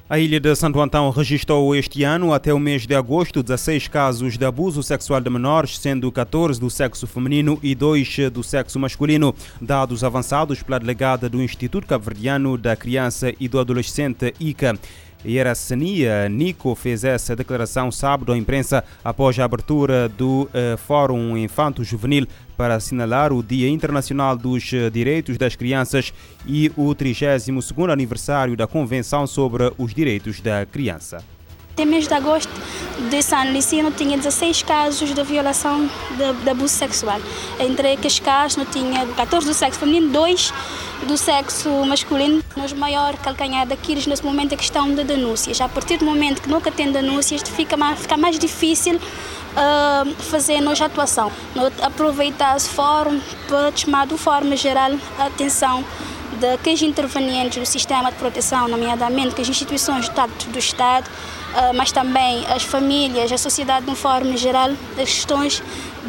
A ilha de Santo Antão registrou este ano, até o mês de agosto, 16 casos de abuso sexual de menores, sendo 14 do sexo feminino e 2 do sexo masculino. Dados avançados pela delegada do Instituto Cabo-Verdiano da Criança e do Adolescente, ICA. Yeracenia Nico fez essa declaração sábado à imprensa após a abertura do Fórum Infanto-Juvenil para assinalar o Dia Internacional dos Direitos das Crianças e o 32º aniversário da Convenção sobre os Direitos da Criança. Até mês de agosto desse ano, Licino tinha 16 casos de violação de abuso sexual. Entre esses casos, tinha 14 do sexo feminino, 2 do sexo masculino. Nos maior calcanhar daqueles nesse momento é a questão de denúncias. A partir do momento que nunca tem denúncias, fica mais difícil fazer nossa atuação. Aproveitar esse fórum para chamar de forma geral a atenção daqueles intervenientes do sistema de proteção, nomeadamente que as instituições do Estado, mas também as famílias, a sociedade de uma forma geral, as questões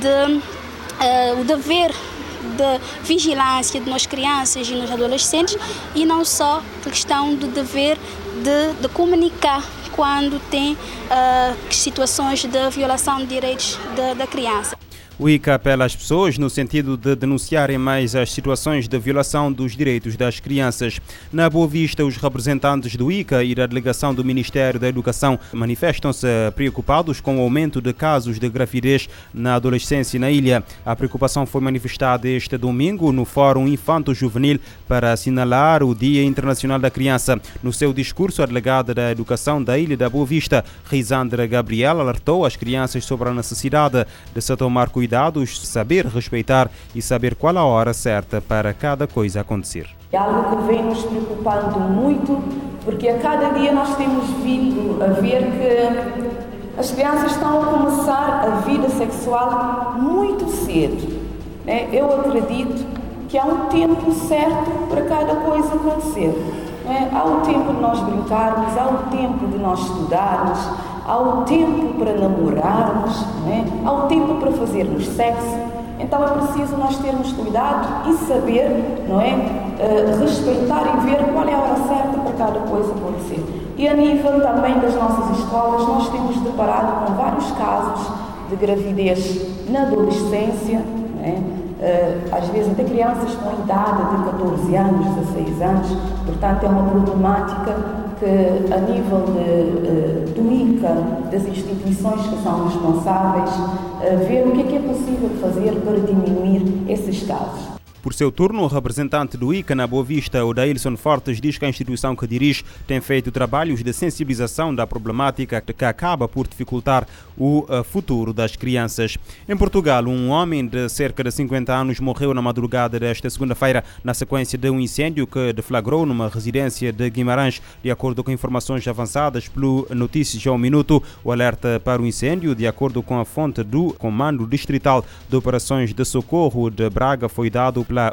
o dever de vigilância de nós crianças e nos adolescentes e não só a questão do dever de comunicar quando tem situações de violação de direitos da criança. O ICA apela às pessoas no sentido de denunciarem mais as situações de violação dos direitos das crianças. Na Boa Vista, os representantes do ICA e da delegação do Ministério da Educação manifestam-se preocupados com o aumento de casos de gravidez na adolescência na ilha. A preocupação foi manifestada este domingo no Fórum Infanto-Juvenil para assinalar o Dia Internacional da Criança. No seu discurso, a delegada da Educação da Ilha da Boa Vista, Risandra Gabriel, alertou as crianças sobre a necessidade de se tomar cuidados, saber respeitar e saber qual a hora certa para cada coisa acontecer. É algo que vem nos preocupando muito, porque a cada dia nós temos vindo a ver que as crianças estão a começar a vida sexual muito cedo. Eu acredito que há um tempo certo para cada coisa acontecer. Há o tempo de nós brincarmos, há o tempo de nós estudarmos, há o tempo para namorarmos, há o tempo para fazermos sexo. Então é preciso nós termos cuidado e saber, respeitar e ver qual é a hora certa para cada coisa acontecer. E a nível também das nossas escolas, nós temos deparado com vários casos de gravidez na adolescência, às vezes até crianças com idade de 14 anos, 16 anos, portanto é uma problemática que a nível do ICA, das instituições que são responsáveis, ver o que é possível fazer para diminuir esses casos. Por seu turno, o representante do ICA na Boa Vista, Odailson Fortes, diz que a instituição que dirige tem feito trabalhos de sensibilização da problemática que acaba por dificultar o futuro das crianças. Em Portugal, um homem de cerca de 50 anos morreu na madrugada desta segunda-feira na sequência de um incêndio que deflagrou numa residência de Guimarães. De acordo com informações avançadas pelo Notícias ao Minuto, o alerta para o incêndio, de acordo com a fonte do Comando Distrital de Operações de Socorro de Braga, foi dado pela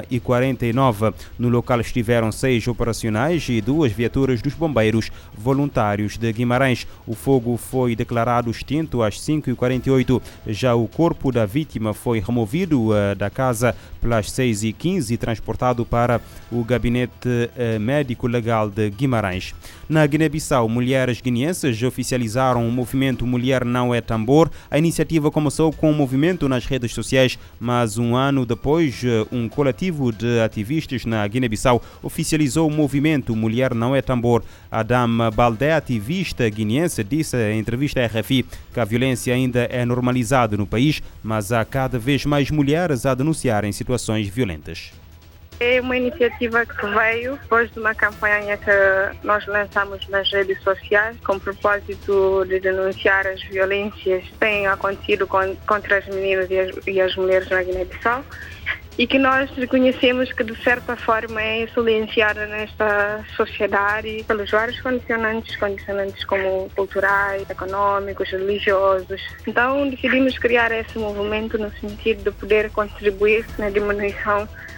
1h49. No local estiveram 6 operacionais e 2 viaturas dos bombeiros voluntários de Guimarães. O fogo foi declarado extinto às 5h48. Já o corpo da vítima foi removido da casa pelas 6h15 e transportado para o gabinete médico legal de Guimarães. Na Guiné-Bissau, mulheres guineenses oficializaram o movimento Mulher Não é Tambor. A iniciativa começou com um movimento nas redes sociais, mas um ano depois, um coletivo de ativistas na Guiné-Bissau oficializou o movimento Mulher Não é Tambor. Adam Baldé, ativista guineense, disse em entrevista à RFI que a violência ainda é normalizada no país, mas há cada vez mais mulheres a denunciarem situações violentas. É uma iniciativa que veio depois de uma campanha que nós lançamos nas redes sociais com o propósito de denunciar as violências que têm acontecido contra as meninas e as mulheres na Guiné-Bissau e que nós reconhecemos que de certa forma é silenciada nesta sociedade pelos vários condicionantes como culturais, econômicos, religiosos. Então decidimos criar esse movimento no sentido de poder contribuir na diminuição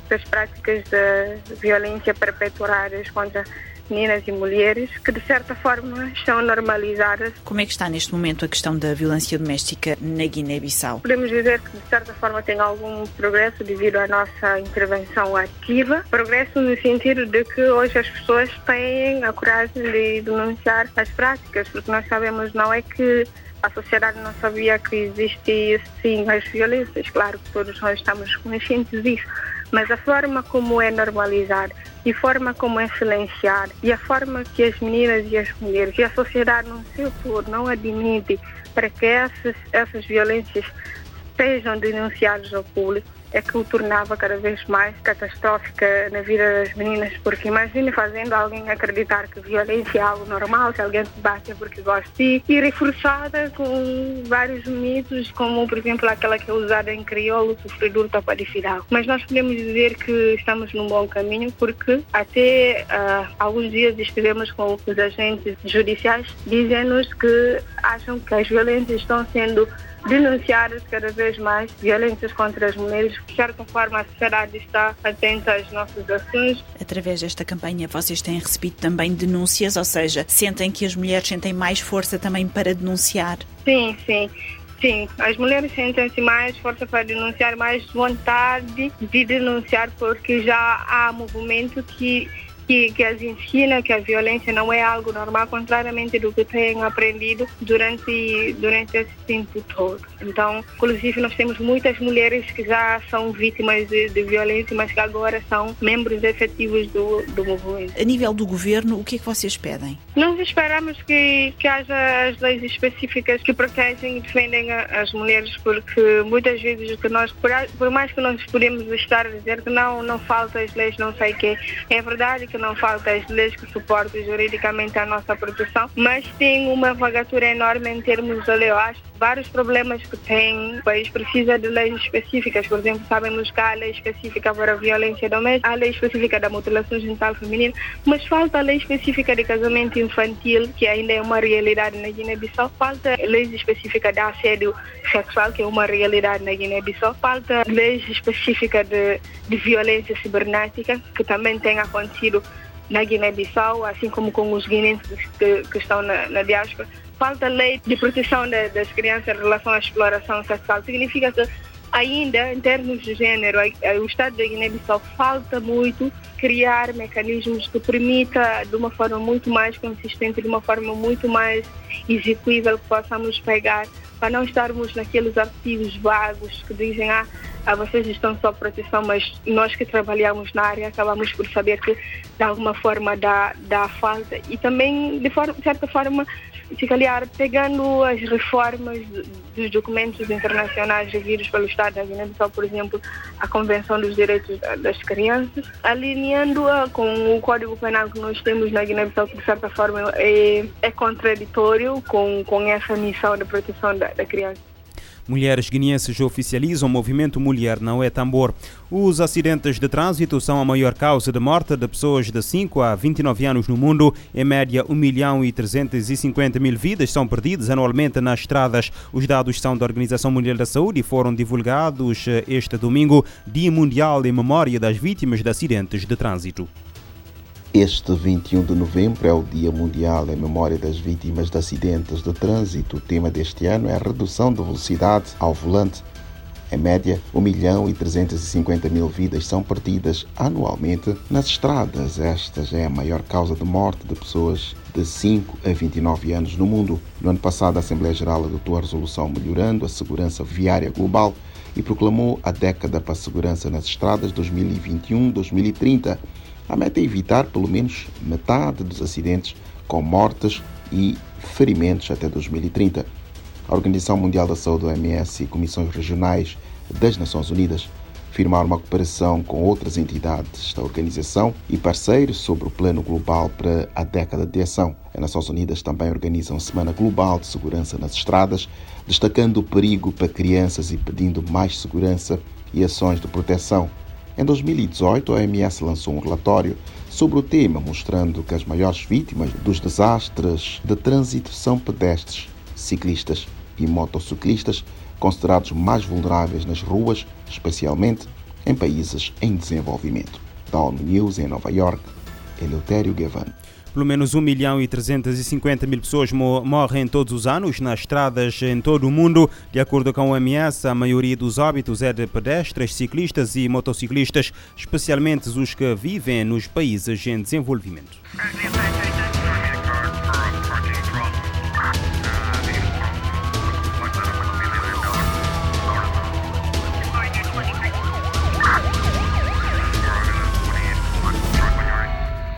das práticas de violência perpetuadas contra meninas e mulheres, que de certa forma estão normalizadas. Como é que está neste momento a questão da violência doméstica na Guiné-Bissau? Podemos dizer que de certa forma tem algum progresso devido à nossa intervenção ativa. Progresso no sentido de que hoje as pessoas têm a coragem de denunciar as práticas, porque nós sabemos não é que a sociedade não sabia que existe sim as violências. Claro que todos nós estamos conscientes disso, mas a forma como é normalizar e a forma como é silenciar e a forma que as meninas e as mulheres e a sociedade no seu todo não admite para que essas violências sejam denunciadas ao público é que o tornava cada vez mais catastrófica na vida das meninas, porque imagine fazendo alguém acreditar que violência é algo normal, se alguém te bate é porque gosta de ti, e reforçada com vários mitos, como por exemplo aquela que é usada em crioulo, sofredor tapadifidal. Mas nós podemos dizer que estamos num bom caminho, porque até alguns dias estivemos com os agentes judiciais dizendo-nos que acham que as violências estão sendo denunciadas cada vez mais, violências contra as mulheres. De certa forma, a sociedade está atenta às nossas ações. Através desta campanha, vocês têm recebido também denúncias, ou seja, sentem que as mulheres sentem mais força também para denunciar? Sim. Sim, as mulheres sentem-se mais força para denunciar, mais vontade de denunciar, porque já há movimento que as ensina que a violência não é algo normal, contrariamente do que têm aprendido durante esse tempo todo. Então, inclusive, nós temos muitas mulheres que já são vítimas de violência, mas que agora são membros efetivos do movimento. A nível do governo, o que é que vocês pedem? Nós esperamos que haja as leis específicas que protegem e defendem as mulheres, porque muitas vezes o que nós, por mais que nós podemos estar a dizer que não falta as leis, não sei o quê, é verdade que não falta as leis que suportam juridicamente a nossa proteção, mas tem uma vagatura enorme em termos de lei. Eu acho que vários problemas que tem o país precisa de leis específicas. Por exemplo, sabemos que há a lei específica para a violência doméstica, há a lei específica da mutilação genital feminina, mas falta a lei específica de casamento infantil, que ainda é uma realidade na Guiné-Bissau. Falta leis específicas de assédio sexual, que é uma realidade na Guiné-Bissau. Falta leis específicas de violência cibernética, que também tem acontecido na Guiné-Bissau, assim como com os guineenses que estão na diáspora. Falta lei de proteção das crianças em relação à exploração sexual. Significa que ainda, em termos de gênero, o Estado da Guiné-Bissau falta muito criar mecanismos que permita, de uma forma muito mais consistente, de uma forma muito mais execuível, que possamos pegar, para não estarmos naqueles artigos vagos que dizem vocês estão sob proteção, mas nós que trabalhamos na área acabamos por saber que de alguma forma dá falta. E também, de certa forma, se calhar pegando as reformas dos documentos internacionais revidos pelo Estado da Guiné-Bissau, por exemplo, a Convenção dos Direitos das Crianças, alinhando-a com o Código Penal que nós temos na Guiné-Bissau, que de certa forma é contraditório com essa missão de proteção da criança. Mulheres guineenses oficializam o movimento Mulher Não é Tambor. Os acidentes de trânsito são a maior causa de morte de pessoas de 5 a 29 anos no mundo. Em média, 1.350.000 vidas são perdidas anualmente nas estradas. Os dados são da Organização Mundial da Saúde e foram divulgados este domingo, Dia Mundial em memória das vítimas de acidentes de trânsito. Este 21 de novembro é o Dia Mundial em memória das vítimas de acidentes de trânsito. O tema deste ano é a redução da velocidade ao volante. Em média, 1.350.000 vidas são perdidas anualmente nas estradas. Esta já é a maior causa de morte de pessoas de 5 a 29 anos no mundo. No ano passado, a Assembleia Geral adotou a resolução melhorando a segurança viária global e proclamou a década para a segurança nas estradas 2021-2030. A meta é evitar pelo menos metade dos acidentes com mortes e ferimentos até 2030. A Organização Mundial da Saúde, OMS, e comissões regionais das Nações Unidas firmaram uma cooperação com outras entidades da organização e parceiros sobre o Plano Global para a década de ação. As Nações Unidas também organizam a Semana Global de Segurança nas Estradas, destacando o perigo para crianças e pedindo mais segurança e ações de proteção. Em 2018, a OMS lançou um relatório sobre o tema, mostrando que as maiores vítimas dos desastres de trânsito são pedestres, ciclistas e motociclistas, considerados mais vulneráveis nas ruas, especialmente em países em desenvolvimento. Da ONU News em Nova York, Eleutério Gavan. Pelo menos 1.350.000 pessoas morrem todos os anos nas estradas em todo o mundo. De acordo com a OMS, a maioria dos óbitos é de pedestres, ciclistas e motociclistas, especialmente os que vivem nos países em desenvolvimento.